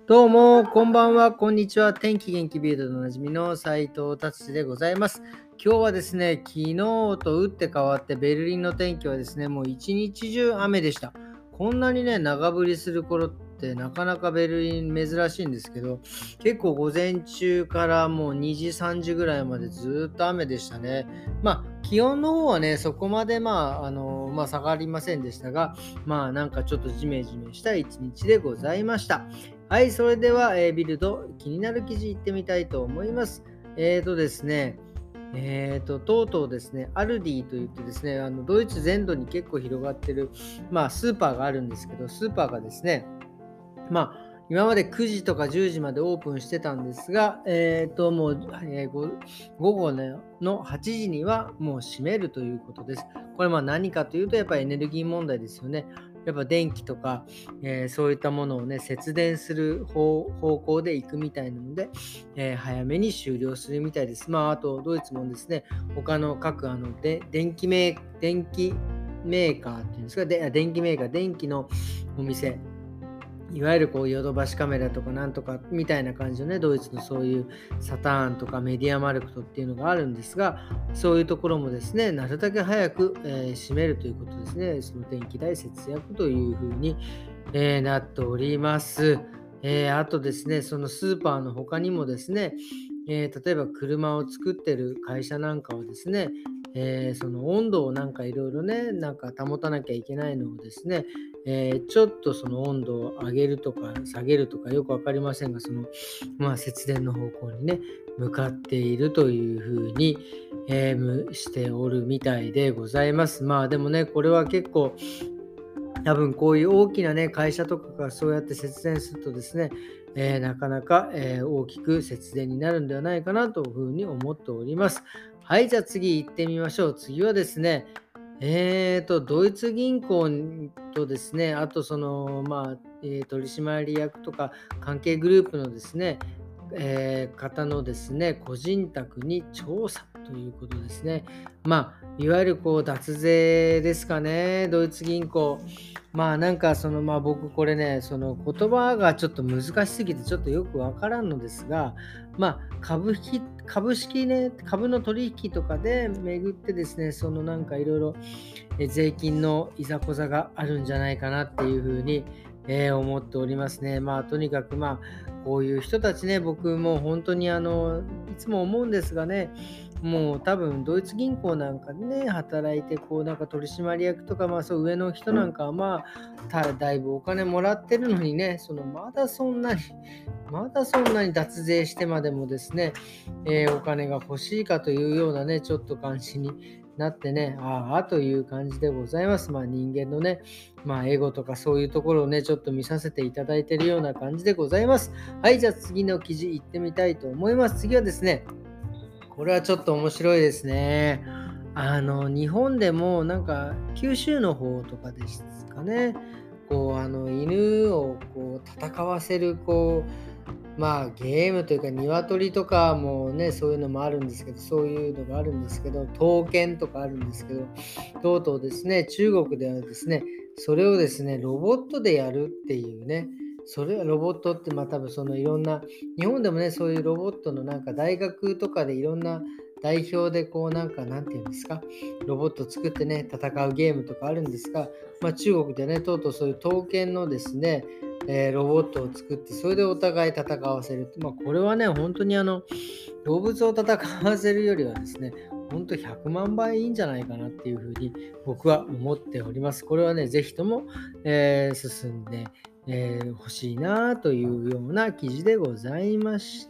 どうも、こんばんは、こんにちは。天気元気ビルドでおなじみの斉藤達治でございます。今日はですね、昨日と打って変わってベルリンの天気はですね、もう一日中雨でした。こんなにね、長降りする頃ってなかなかベルリン珍しいんですけど、結構午前中からもう2時、3時ぐらいまでずっと雨でしたね。気温の方はね、そこまで下がりませんでしたが、なんかちょっとジメジメした一日でございました。はい、それでは、ビルド気になる記事いってみたいと思います。ですね、とうとうですね、アルディといってですね、ドイツ全土に結構広がってる、スーパーがあるんですけど、スーパーがですね、今まで9時とか10時までオープンしてたんですが、もう、午後の8時にはもう閉めるということです。これ何かというと、やっぱりエネルギー問題ですよね。やっぱ電気とか、そういったものをね、節電する方向で行くみたいなので、早めに終了するみたいです。あと、ドイツもですね、他の各電気メーカーっていうんですか、電気メーカー、電気のお店、いわゆるヨドバシカメラとかなんとかみたいな感じのね、ドイツのそういうサターンとかメディアマルクトっていうのがあるんですが、そういうところもですね、なるだけ早く、閉めるということですね。その電気代節約というふうに、なっております。あとですね、そのスーパーの他にもですね、例えば車を作ってる会社なんかはですね、その温度をなんかいろいろね、なんか保たなきゃいけないのをですね、ちょっとその温度を上げるとか下げるとかよくわかりませんが、その、節電の方向にね、向かっているというふうに、しておるみたいでございます。でもね、これは結構多分こういう大きなね、会社とかがそうやって節電するとですね、なかなか、大きく節電になるんではないかなというふうに思っております。はい、じゃあ次行ってみましょう。次はですね、ドイツ銀行とですね、あとその、取締役とか関係グループのですね、方のですね、個人宅に調査ということですね。いわゆる脱税ですかね、ドイツ銀行。僕これね、その言葉がちょっと難しすぎてちょっとよくわからんのですが、株式ね、株の取引とかで巡ってですね、そのなんかいろいろ税金のいざこざがあるんじゃないかなっていうふうに、思っておりますね。とにかくこういう人たちね、僕もう本当にいつも思うんですがね、もう多分ドイツ銀行なんかでね、働いてなんか取締役とか、そう上の人なんかはだいぶお金もらってるのにね、そのまだそんなに脱税してまでもですね、お金が欲しいかというようなね、ちょっと関心になってね、ああという感じでございます。人間のね、エゴとかそういうところをね、ちょっと見させていただいているような感じでございます。はい、じゃあ次の記事行ってみたいと思います。次はですね、これはちょっと面白いですね。日本でもなんか九州の方とかですかね、犬を戦わせるゲームというか、鶏とかもね、そういうのもあるんですけど、そういうのがあるんですけど、刀剣とかあるんですけど、とうとうですね、中国ではですね、それをですね、ロボットでやるっていうね、それはロボットって、多分そのいろんな、日本でもね、そういうロボットのなんか大学とかでいろんな代表でなんていうんですか、ロボット作ってね、戦うゲームとかあるんですが、中国でね、とうとうそういう刀剣のですね、ロボットを作って、それでお互い戦わせる。これはね、本当に動物を戦わせるよりはですね、本当100万倍いいんじゃないかなっていうふうに僕は思っております。これはね、ぜひとも、進んで欲しいなというような記事でございました。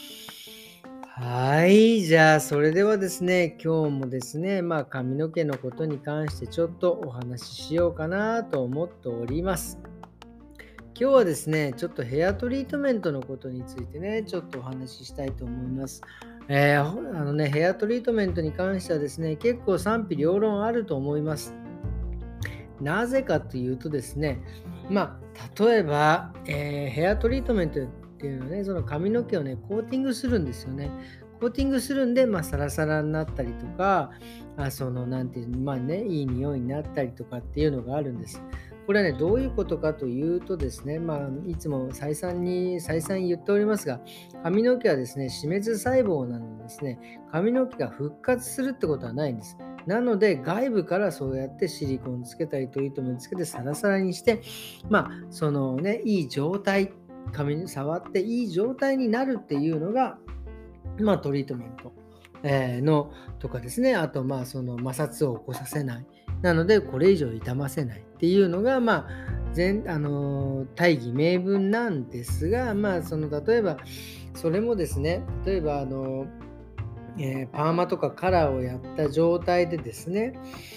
はい。じゃあ、それではですね、今日もですね、髪の毛のことに関してちょっとお話ししようかなと思っております。今日はですね、ちょっとヘアトリートメントのことについてね、ちょっとお話ししたいと思います。ヘアトリートメントに関してはですね、結構賛否両論あると思います。なぜかというとですね、例えば、ヘアトリートメントっていうのはね、その髪の毛をね、コーティングするんですよね。コーティングするんで、サラサラになったりとか、なんていう、いい匂いになったりとかっていうのがあるんです。 これはね、どういうことかというとですね、いつも再三言っておりますが、髪の毛はですね、死滅細胞なのでですね、髪の毛が復活するってことはないんです。なので、外部からそうやってシリコンつけたり、トリートメントつけてサラサラにして、そのね、いい状態、髪に触っていい状態になるっていうのが、トリートメント、のとかですね、あとその摩擦を起こさせない。なので、これ以上傷ませないっていうのが、大義名分なんですが、例えば、それもですね、例えばパーマとかカラーをやった状態でですね、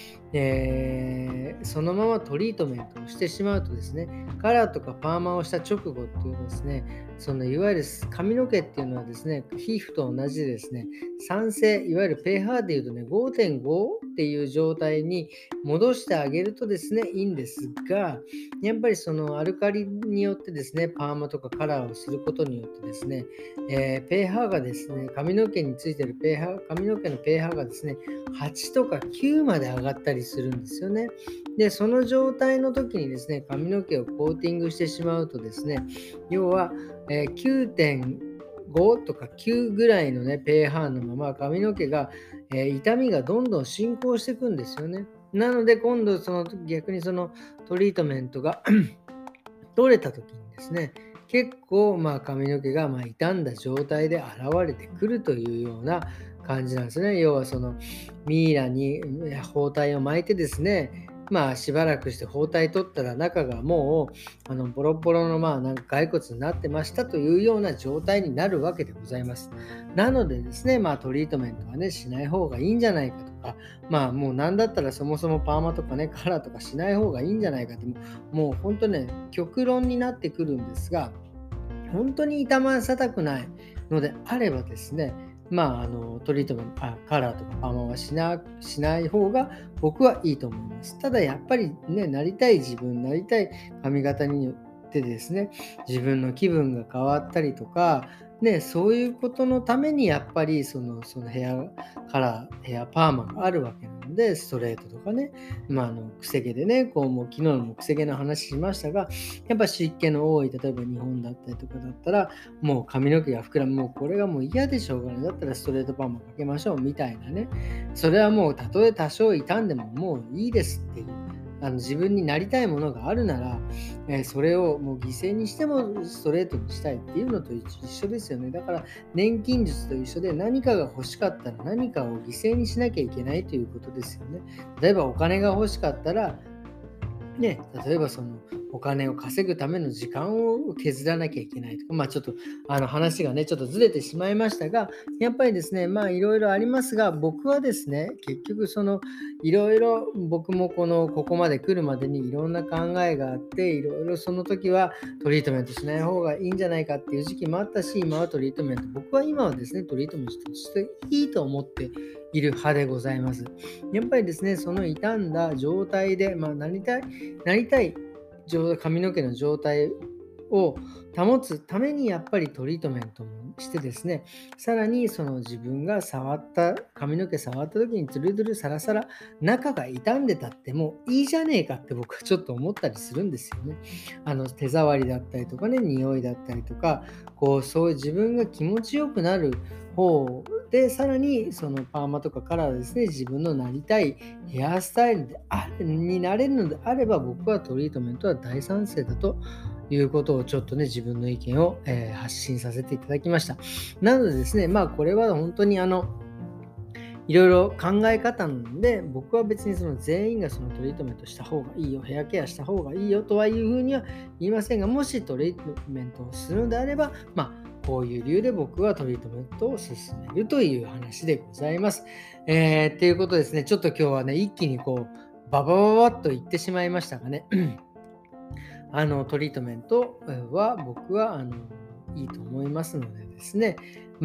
そのままトリートメントをしてしまうとですね、カラーとかパーマをした直後っていうのはですね、そのいわゆる髪の毛っていうのはですね、皮膚と同じでですね、酸性、いわゆる pH でいうとね、5.5 っていう状態に戻してあげるとですね、いいんですが、やっぱりそのアルカリによってですね、パーマとかカラーをすることによってですね、pH がですね、髪の毛についてる髪の毛の pH がですね、8とか9まで上がったりするんですよね。で、その状態の時にですね、髪の毛をコーティングしてしまうとですね、要は、9.5とか9ぐらいのね、pH のまま髪の毛が、傷みがどんどん進行していくんですよね。なので、今度逆にそのトリートメントが取れた時にですね、結構髪の毛が傷んだ状態で現れてくるというような感じなんですね。要はそのミイラに包帯を巻いてですね、しばらくして包帯取ったら中がもうボロボロのなんか骸骨になってましたというような状態になるわけでございます。なのでですね、トリートメントはねしない方がいいんじゃないかとか、もうなんだったらそもそもパーマとかねカラーとかしない方がいいんじゃないかってもう本当ね極論になってくるんですが、本当に痛ませたくないのであればですね、トリートメント、カラーとかパーマはしない方が僕はいいと思います。ただやっぱりね、なりたい髪型によってですね、自分の気分が変わったりとか、ね、そういうことのためにやっぱりそのヘアカラー、ヘアパーマがあるわけなので、ストレートとかね、くせ毛でね、もう昨日もくせ毛の話しましたが、やっぱ湿気の多い、例えば日本だったりとかだったら、もう髪の毛が膨らむ、もうこれがもう嫌でしょうがない。だったらストレートパーマかけましょうみたいなね。それはもうたとえ多少傷んでももういいですっていう。自分になりたいものがあるなら、それをもう犠牲にしてもストレートにしたいっていうのと一緒ですよね。だから年金術と一緒で、何かが欲しかったら何かを犠牲にしなきゃいけないということですよね。例えばお金が欲しかったらね、例えばそのお金を稼ぐための時間を削らなきゃいけないとか、ちょっと話がね、ちょっとずれてしまいましたが、やっぱりですね、いろいろありますが、僕はですね、結局いろいろ僕もここまで来るまでにいろんな考えがあって、いろいろその時はトリートメントしない方がいいんじゃないかっていう時期もあったし、今はトリートメント、僕は今はですね、トリートメントしていいと思っている派でございます。やっぱりですね、その傷んだ状態で、なりたい髪の毛の状態を保つためにやっぱりトリートメントもしてですね、さらにその自分が髪の毛触った時にツルツルサラサラ、中が傷んでたってもういいじゃねえかって僕はちょっと思ったりするんですよね。手触りだったりとかね、匂いだったりとか、そういう自分が気持ちよくなる方で、さらにそのパーマとかカラーですね、自分のなりたいヘアスタイルになれるのであれば、僕はトリートメントは大賛成だということをちょっとね、自分の意見を、発信させていただきました。なのでですね、これは本当にいろいろ考え方なので、僕は別に全員がそのトリートメントした方がいいよ、ヘアケアした方がいいよとはいうふうには言いませんが、もしトリートメントをするのであれば、こういう理由で僕はトリートメントを進めるという話でございます。ということですね、ちょっと今日はね、一気にババババッと言ってしまいましたがね、トリートメントは僕はいいと思いますのでですね、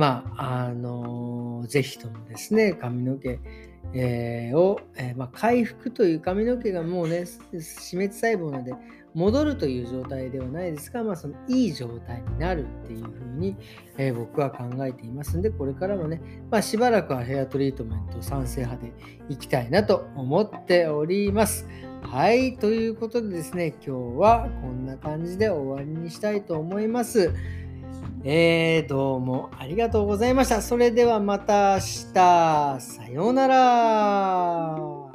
ぜひともですね、髪の毛、を、回復という髪の毛がもうね、死滅細胞なので戻るという状態ではないですが、そのいい状態になるっていうふうに、僕は考えていますので、これからもね、しばらくはヘアトリートメント賛成派でいきたいなと思っております。 はい、ということでですね、今日はこんな感じで終わりにしたいと思います。どうもありがとうございました。それではまた明日。さようなら。